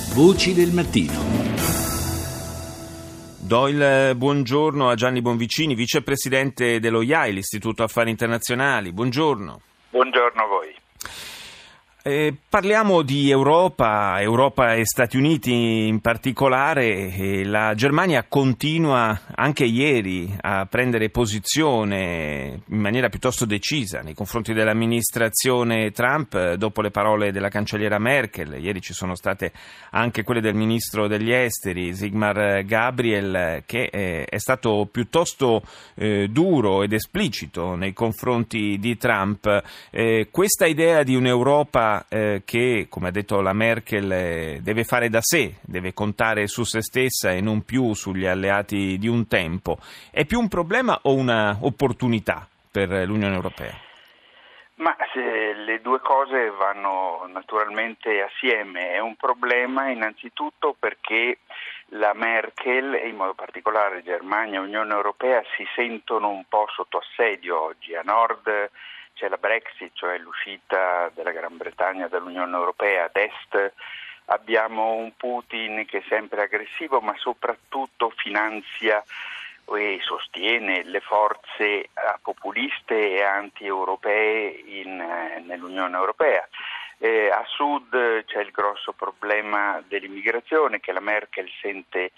Voci del mattino. Do il buongiorno a Gianni Bonvicini, vicepresidente dello IAI, l'Istituto Affari Internazionali. Buongiorno. Buongiorno a voi. Parliamo di Europa e Stati Uniti in particolare. La Germania continua anche ieri a prendere posizione in maniera piuttosto decisa nei confronti dell'amministrazione Trump dopo le parole della cancelliera Merkel. Ieri ci sono state anche quelle del ministro degli esteri Sigmar Gabriel, che è stato piuttosto duro ed esplicito nei confronti di Trump. Questa idea di un'Europa che, come ha detto la Merkel, deve fare da sé, deve contare su se stessa e non più sugli alleati di un tempo, è più un problema o una opportunità per l'Unione Europea? Ma le due cose vanno naturalmente assieme. È un problema innanzitutto perché la Merkel e in modo particolare Germania e Unione Europea si sentono un po' sotto assedio oggi. A nord c'è la Brexit, cioè l'uscita della Gran Bretagna dall'Unione Europea. Ad est abbiamo un Putin che è sempre aggressivo, ma soprattutto finanzia e sostiene le forze populiste e anti-europee nell'Unione Europea. A sud c'è il grosso problema dell'immigrazione che la Merkel sente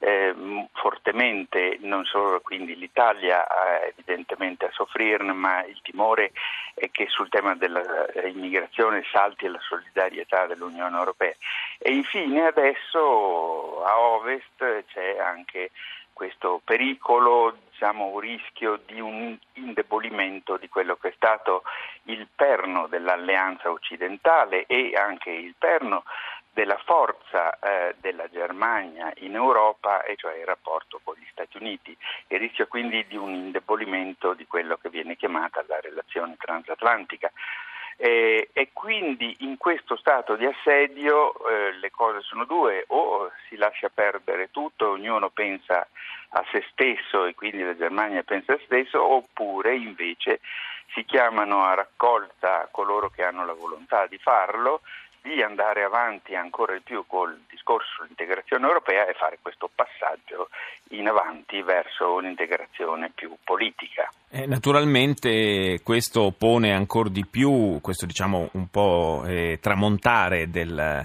fortemente, non solo quindi l'Italia evidentemente a soffrirne, ma il timore è che sul tema dell'immigrazione salti la solidarietà dell'Unione Europea. E infine adesso a ovest c'è anche questo pericolo, un rischio di un indebolimento di quello che è stato il perno dell'alleanza occidentale e anche il perno della forza della Germania in Europa, e cioè il rapporto con gli Stati Uniti. Il rischio quindi di un indebolimento di quello che viene chiamata la relazione transatlantica. E quindi in questo stato di assedio le cose sono due: o si lascia perdere tutto, ognuno pensa a se stesso e quindi la Germania pensa a se stesso, oppure invece si chiamano a raccolta coloro che hanno la volontà di farlo, di andare avanti ancora di più col discorso sull'integrazione europea e fare questo passaggio in avanti verso un'integrazione più politica. Naturalmente questo pone ancora di più, questo un po' tramontare del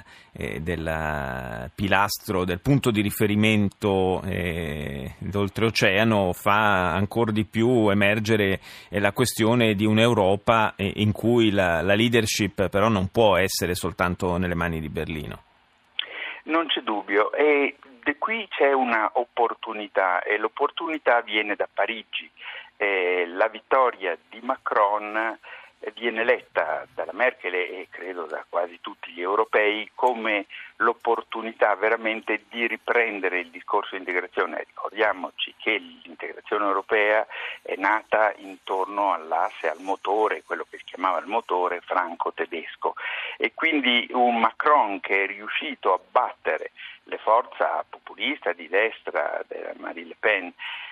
pilastro, del punto di riferimento d'oltreoceano, fa ancora di più emergere la questione di un'Europa in cui la leadership però non può essere soltanto nelle mani di Berlino. Non c'è dubbio, e qui c'è una opportunità, e l'opportunità viene da Parigi. La vittoria di Macron viene letta dalla Merkel e credo da quasi tutti gli europei come l'opportunità veramente di riprendere il discorso di integrazione. Ricordiamoci che l'integrazione europea è nata intorno all'asse, al motore, quello che si chiamava il motore franco-tedesco, e quindi un Macron che è riuscito a battere le forze populiste di destra della Marine Le Pen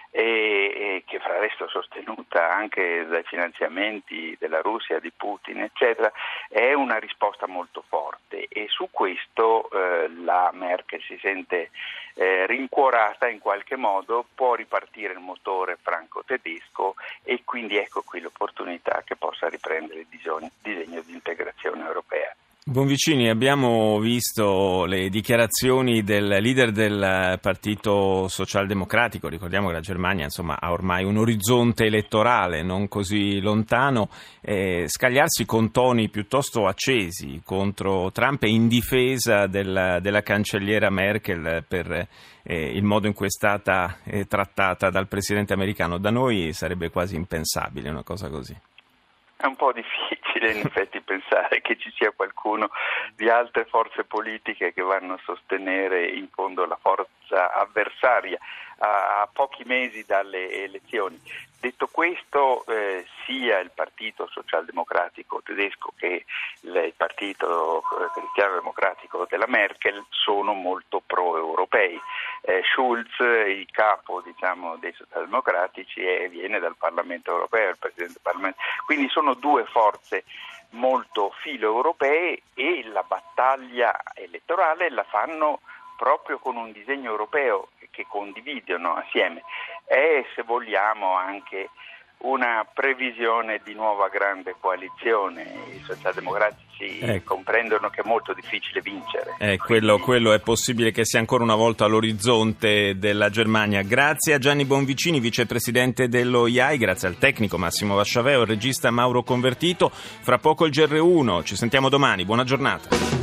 e che fra l'altro sostenuta anche dai finanziamenti della Russia, di Putin, eccetera, è una risposta molto forte, e su questo la Merkel si sente rincuorata in qualche modo, può ripartire il motore franco-tedesco, e quindi ecco qui l'opportunità che possa riprendere il disegno di integrazione europea. Bonvicini, abbiamo visto le dichiarazioni del leader del Partito Socialdemocratico. Ricordiamo che la Germania ha ormai un orizzonte elettorale non così lontano, scagliarsi con toni piuttosto accesi contro Trump e in difesa della cancelliera Merkel per il modo in cui è stata trattata dal presidente americano. Da noi sarebbe quasi impensabile una cosa così. È un po' difficile in effetti pensare che ci sia qualcuno di altre forze politiche che vanno a sostenere in fondo la forza avversaria a pochi mesi dalle elezioni. Detto questo, sia il Partito Socialdemocratico tedesco che il Partito Cristiano Democratico della Merkel sono molto pro-europei. Schulz, il capo dei socialdemocratici, e viene dal Parlamento europeo, il Presidente del Parlamento. Quindi sono due forze molto filo-europee e la battaglia elettorale la fanno proprio con un disegno europeo che condividono assieme. È, se vogliamo, anche una previsione di nuova grande coalizione. I socialdemocratici comprendono che è molto difficile vincere. Quello è possibile che sia ancora una volta all'orizzonte della Germania. Grazie a Gianni Bonvicini, vicepresidente dello IAI, grazie al tecnico Massimo Vasciaveo, il regista Mauro Convertito. Fra poco il GR1, ci sentiamo domani, buona giornata.